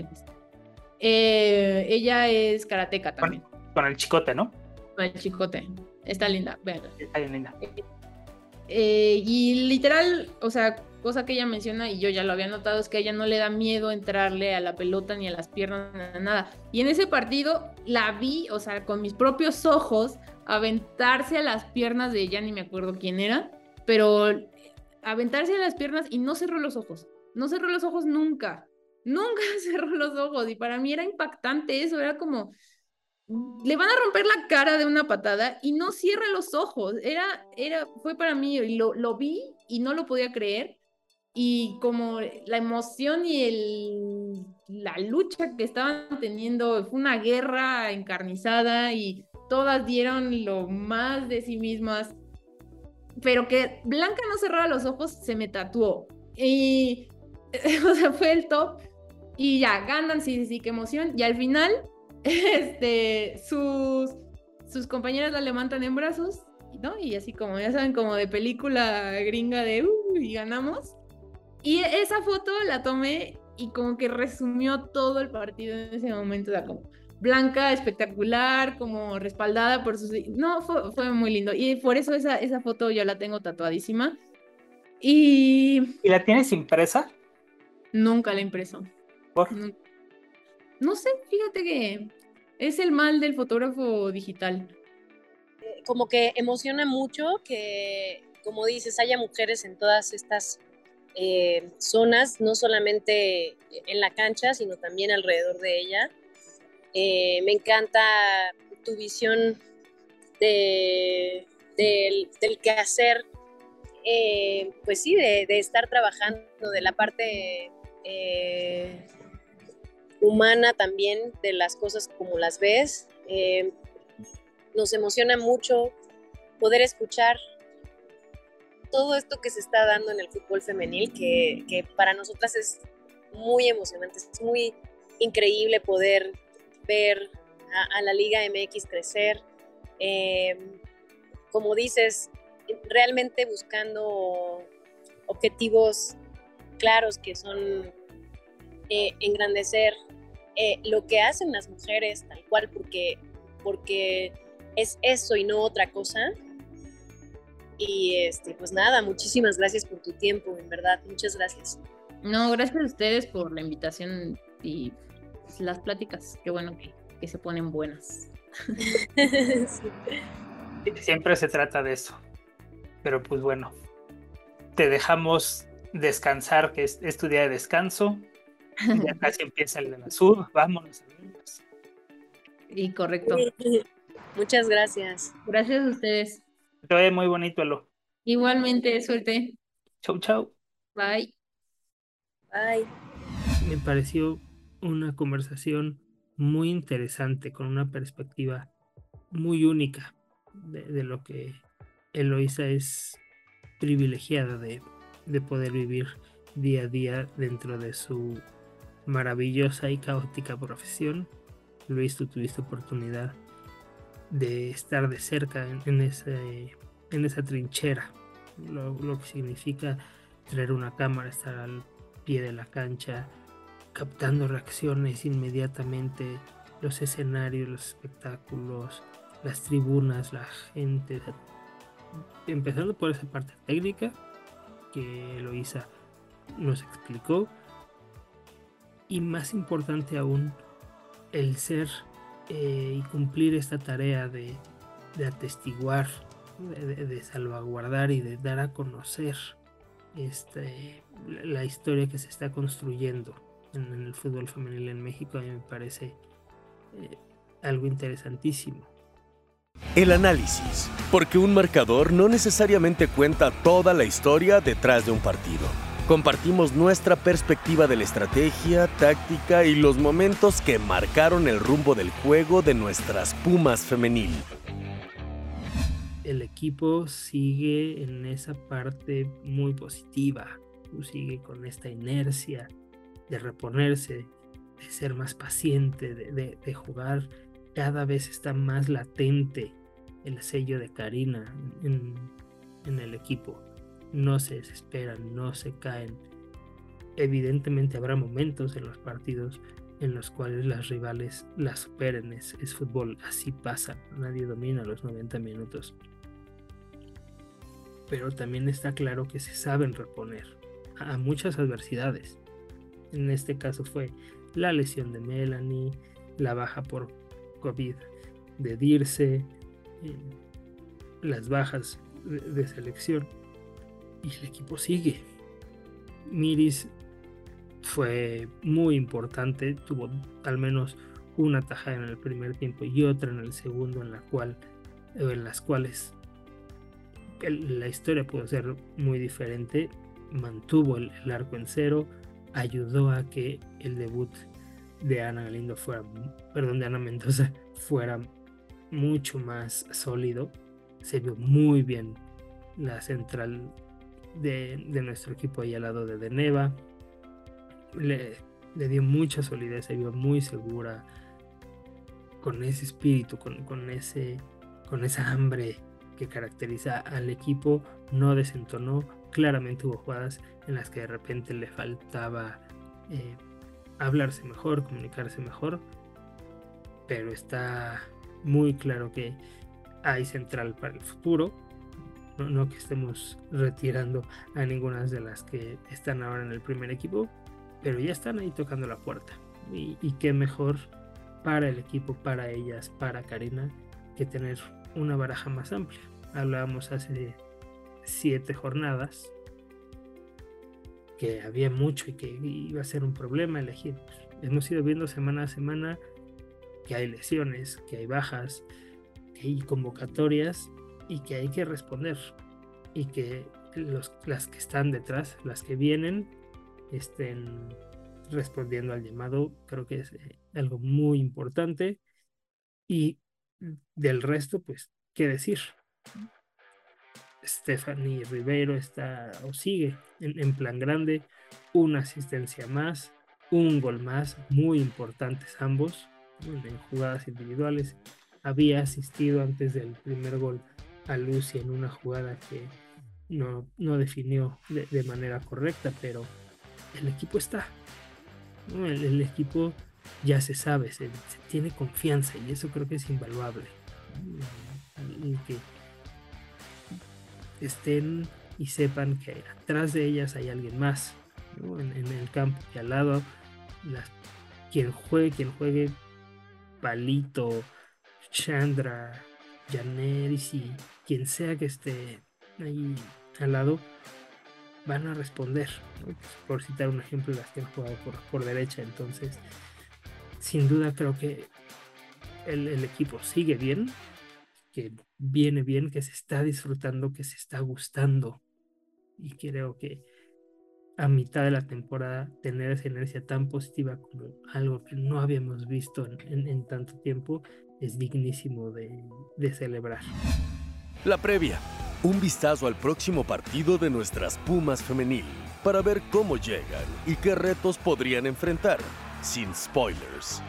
[SPEAKER 3] ella es karateca también.
[SPEAKER 2] Con el chicote, ¿no?
[SPEAKER 3] Con el chicote. Está linda, vean.
[SPEAKER 2] Está bien linda.
[SPEAKER 3] Y literal, o sea, cosa que ella menciona, y yo ya lo había notado, es que a ella no le da miedo entrarle a la pelota ni a las piernas, ni a nada. Y en ese partido la vi, o sea, con mis propios ojos, aventarse a las piernas de ella, ni me acuerdo quién era, pero aventarse a las piernas y no cerró los ojos. No cerró los ojos nunca. Nunca cerró los ojos. Y para mí era impactante eso, era como le van a romper la cara de una patada y no cierra los ojos. Fue para mí, lo vi y no lo podía creer. Y como la emoción y la lucha que estaban teniendo, fue una guerra encarnizada y todas dieron lo más de sí mismas. Pero que Blanca no cerrara los ojos, se me tatuó. Y, o sea, fue el top. Y ya, ganan, sí, qué emoción. Y al final sus compañeras la levantan en brazos, ¿no? Y así como, ya saben, como de película gringa de y ganamos. Y esa foto la tomé y como que resumió todo el partido en ese momento, o sea, como Blanca espectacular, como respaldada por sus... No, fue muy lindo. Y por eso esa foto yo la tengo tatuadísima.
[SPEAKER 2] ¿Y la tienes impresa?
[SPEAKER 3] Nunca la he impreso.
[SPEAKER 2] ¿Por?
[SPEAKER 3] No sé, fíjate que es el mal del fotógrafo digital.
[SPEAKER 4] Como que emociona mucho que, como dices, haya mujeres en todas estas zonas, no solamente en la cancha, sino también alrededor de ella. Me encanta tu visión del quehacer, pues sí, de estar trabajando, de la parte humana también, de las cosas como las ves. Nos emociona mucho poder escuchar todo esto que se está dando en el fútbol femenil, que para nosotras es muy emocionante, es muy increíble poder ver a la Liga MX crecer. Como dices, realmente buscando objetivos claros que son engrandecer lo que hacen las mujeres tal cual, porque es eso y no otra cosa. Y pues nada, muchísimas gracias por tu tiempo, en verdad, muchas gracias.
[SPEAKER 3] No, gracias a ustedes por la invitación y las pláticas, qué bueno que se ponen buenas.
[SPEAKER 2] Sí. Siempre se trata de eso, pero pues bueno, te dejamos descansar, que es tu día de descanso, ya casi empieza el de la SUB, vámonos a vernos.
[SPEAKER 3] Y correcto.
[SPEAKER 4] Muchas gracias.
[SPEAKER 3] Gracias a ustedes.
[SPEAKER 2] Te ve muy bonito, Elo.
[SPEAKER 3] Igualmente, suerte.
[SPEAKER 2] Chau.
[SPEAKER 3] Bye.
[SPEAKER 4] Bye.
[SPEAKER 6] Me pareció una conversación muy interesante, con una perspectiva muy única de lo que Eloisa es privilegiada de poder vivir día a día dentro de su maravillosa y caótica profesión. Luis, tú tuviste oportunidad de estar de cerca en esa trinchera, lo que significa traer una cámara, estar al pie de la cancha, captando reacciones inmediatamente, los escenarios, los espectáculos, las tribunas, la gente, empezando por esa parte técnica que Eloisa nos explicó, y más importante aún, el ser y cumplir esta tarea de atestiguar, de salvaguardar y de dar a conocer la historia que se está construyendo en el fútbol femenil en México. A mí me parece algo interesantísimo.
[SPEAKER 1] El análisis, porque un marcador no necesariamente cuenta toda la historia detrás de un partido. Compartimos nuestra perspectiva de la estrategia, táctica y los momentos que marcaron el rumbo del juego de nuestras Pumas femenil.
[SPEAKER 6] El equipo sigue en esa parte muy positiva, sigue con esta inercia de reponerse, de ser más paciente, de jugar. Cada vez está más latente el sello de Karina en el equipo. No se desesperan, no se caen. Evidentemente habrá momentos en los partidos en los cuales las rivales las superen. Es fútbol, así pasa. Nadie domina los 90 minutos. pero también está claro que se saben reponer a muchas adversidades. En este caso fue la lesión de Melanie, la baja por COVID de Dirce, las bajas de selección, y el equipo sigue. Miris fue muy importante, tuvo al menos una tajada en el primer tiempo y otra en el segundo, en las cuales la historia pudo ser muy diferente. Mantuvo el arco en cero, ayudó a que el debut de Ana Mendoza fuera mucho más sólido. Se vio muy bien la central de nuestro equipo ahí al lado de Deneva. Le dio mucha solidez, se vio muy segura, con ese espíritu, con esa hambre que caracteriza al equipo. No desentonó. Claramente hubo jugadas en las que de repente le faltaba hablarse mejor, comunicarse mejor, pero está muy claro que hay central para el futuro. No que estemos retirando a ninguna de las que están ahora en el primer equipo, pero ya están ahí tocando la puerta. Y qué mejor para el equipo, para ellas, para Karina, que tener una baraja más amplia. Hablábamos hace 7 jornadas que había mucho y que iba a ser un problema elegir. Hemos ido viendo semana a semana que hay lesiones, que hay bajas, que hay convocatorias y que hay que responder, y que las que están detrás, las que vienen, estén respondiendo al llamado. Creo que es algo muy importante. Y del resto, pues, ¿qué decir? Stephanie Ribeiro está o sigue en plan grande, una asistencia más, un gol más, muy importantes ambos en jugadas individuales. Había asistido antes del primer gol a Lucy en una jugada que no definió de manera correcta, pero el equipo está, ¿no? El equipo ya se sabe, se tiene confianza, y eso creo que es invaluable. Y que estén y sepan que atrás de ellas hay alguien más, ¿no? En el campo y al lado, quien juegue, Palito, Chandra, Janeris y quien sea que esté ahí al lado, van a responder, ¿no? Por citar un ejemplo, las que han jugado por derecha. Entonces, sin duda creo que el equipo sigue bien, que viene bien, que se está disfrutando, que se está gustando, y creo que a mitad de la temporada tener esa inercia tan positiva como algo que no habíamos visto en tanto tiempo es dignísimo de celebrar.
[SPEAKER 1] La previa, un vistazo al próximo partido de nuestras Pumas femenil para ver cómo llegan y qué retos podrían enfrentar, sin spoilers.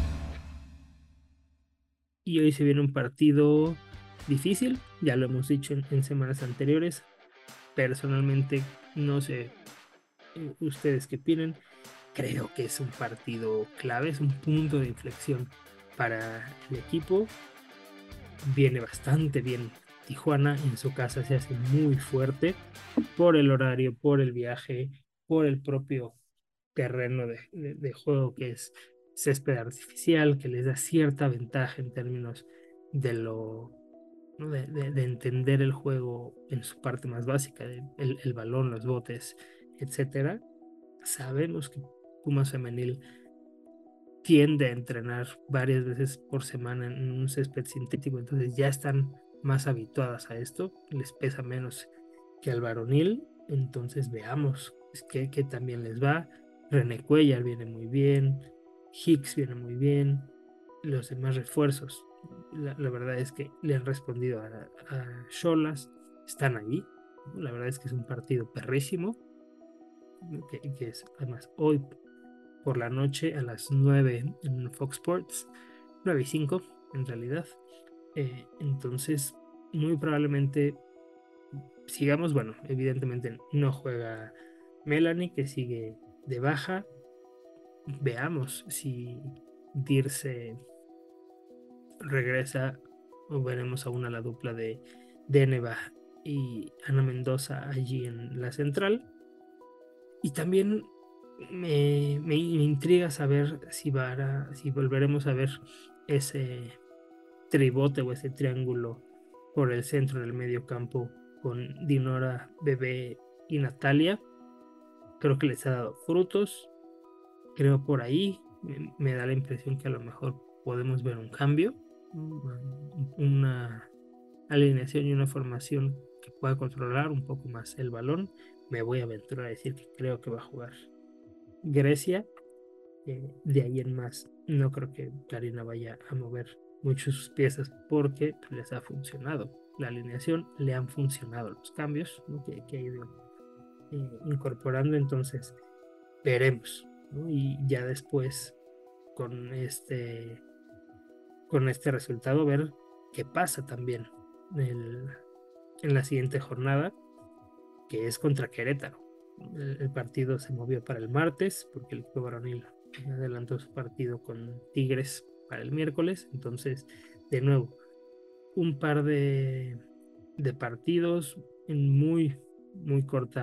[SPEAKER 6] Y hoy se viene un partido difícil, ya lo hemos dicho en semanas anteriores. Personalmente, no sé ustedes qué opinan, creo que es un partido clave, es un punto de inflexión para el equipo. Viene bastante bien Tijuana, en su casa se hace muy fuerte por el horario, por el viaje, por el propio terreno de juego, que es césped artificial, que les da cierta ventaja en términos de lo, ¿no? de entender el juego en su parte más básica, el balón, los botes, etcétera. Sabemos que Pumas femenil tiende a entrenar varias veces por semana en un césped sintético, entonces ya están más habituadas a esto, les pesa menos que al varonil. Entonces veamos que también les va. René Cuellar viene muy bien, Hicks viene muy bien, los demás refuerzos, la verdad es que le han respondido a Xolas, están ahí. La verdad es que es un partido perrísimo, que es además hoy por la noche a las 9 en Fox Sports, 9:05 en realidad. Entonces, muy probablemente sigamos. Bueno, evidentemente no juega Melanie, que sigue de baja. Veamos si Dirce regresa, o veremos aún a la dupla de Deneva y Ana Mendoza allí en la central. Y también me intriga saber si volveremos a ver ese tribote o ese triángulo por el centro del medio campo con Dinora, Bebé y Natalia. Creo que les ha dado frutos. Creo por ahí me da la impresión que a lo mejor podemos ver un cambio, una alineación y una formación que pueda controlar un poco más el balón. Me voy a aventurar a decir que creo que va a jugar Grecia. De ahí en más no creo que Karina vaya a mover mucho sus piezas porque les ha funcionado la alineación, le han funcionado los cambios, ¿no? que ha ido incorporando. Entonces veremos, ¿no? Y ya después con este resultado ver qué pasa también en la siguiente jornada, que es contra Querétaro. El partido se movió para el martes porque el equipo varonil adelantó su partido con Tigres para el miércoles. Entonces, de nuevo, un par de partidos en muy corto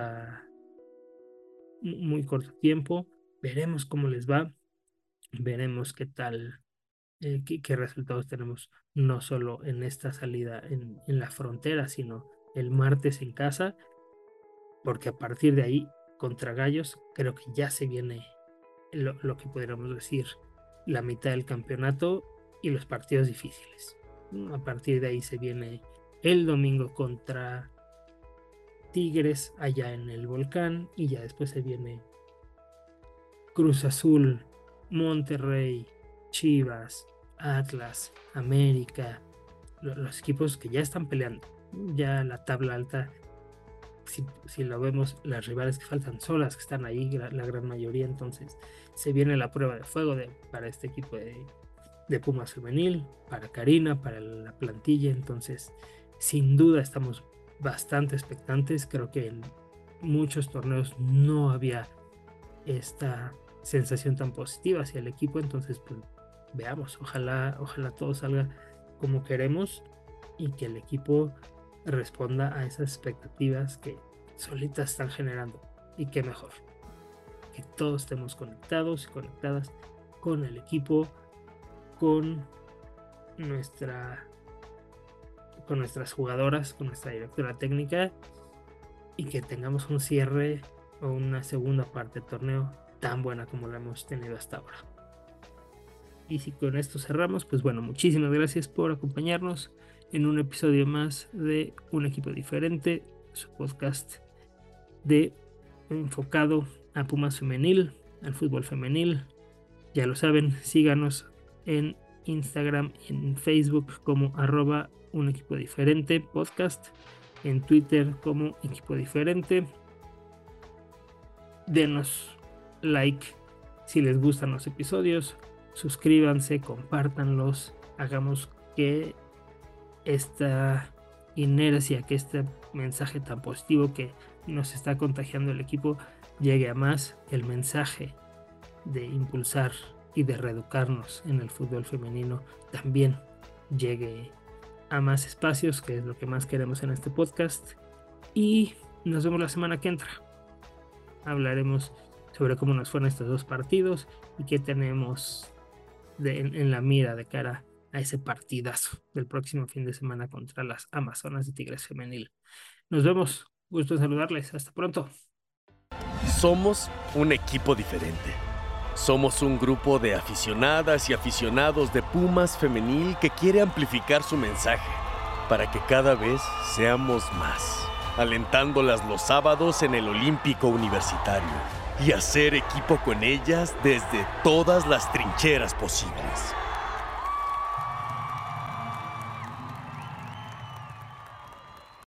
[SPEAKER 6] tiempo. Veremos cómo les va, veremos qué tal, qué resultados tenemos, no solo en esta salida en la frontera, sino el martes en casa, porque a partir de ahí, contra Gallos, creo que ya se viene lo que podríamos decir la mitad del campeonato y los partidos difíciles. A partir de ahí se viene el domingo contra Tigres allá en el Volcán, y ya después se viene Cruz Azul, Monterrey, Chivas, Atlas, América, los equipos que ya están peleando. Ya la tabla alta, si lo vemos, las rivales que faltan son las que están ahí, la gran mayoría. Entonces se viene la prueba de fuego para este equipo de Pumas femenil, para Karina, para la plantilla. Entonces sin duda estamos bastante expectantes. Creo que en muchos torneos no había esta sensación tan positiva hacia el equipo. Entonces pues veamos, ojalá todo salga como queremos y que el equipo responda a esas expectativas que solitas están generando. Y qué mejor que todos estemos conectados y conectadas con el equipo, con nuestras jugadoras, con nuestra directora técnica, y que tengamos un cierre o una segunda parte del torneo tan buena como la hemos tenido hasta ahora. Y si con esto cerramos, pues bueno, muchísimas gracias por acompañarnos en un episodio más de Un Equipo Diferente, su podcast enfocado a Pumas femenil, al fútbol femenil. Ya lo saben, síganos en Instagram y en Facebook como @Un Equipo Diferente podcast, en Twitter como Equipo Diferente. Denos like si les gustan los episodios, suscríbanse, compártanlos, hagamos que esta inercia, que este mensaje tan positivo que nos está contagiando el equipo llegue a más, el mensaje de impulsar y de reeducarnos en el fútbol femenino también llegue a más espacios, que es lo que más queremos en este podcast. Y nos vemos la semana que entra. Hablaremos sobre cómo nos fueron estos dos partidos y qué tenemos en la mira de cara a ese partidazo del próximo fin de semana contra las Amazonas de Tigres femenil. Nos vemos, gusto en saludarles, hasta pronto.
[SPEAKER 1] Somos un equipo diferente. Somos un grupo de aficionadas y aficionados de Pumas femenil que quiere amplificar su mensaje para que cada vez seamos más, alentándolas los sábados en el Olímpico Universitario y hacer equipo con ellas desde todas las trincheras posibles.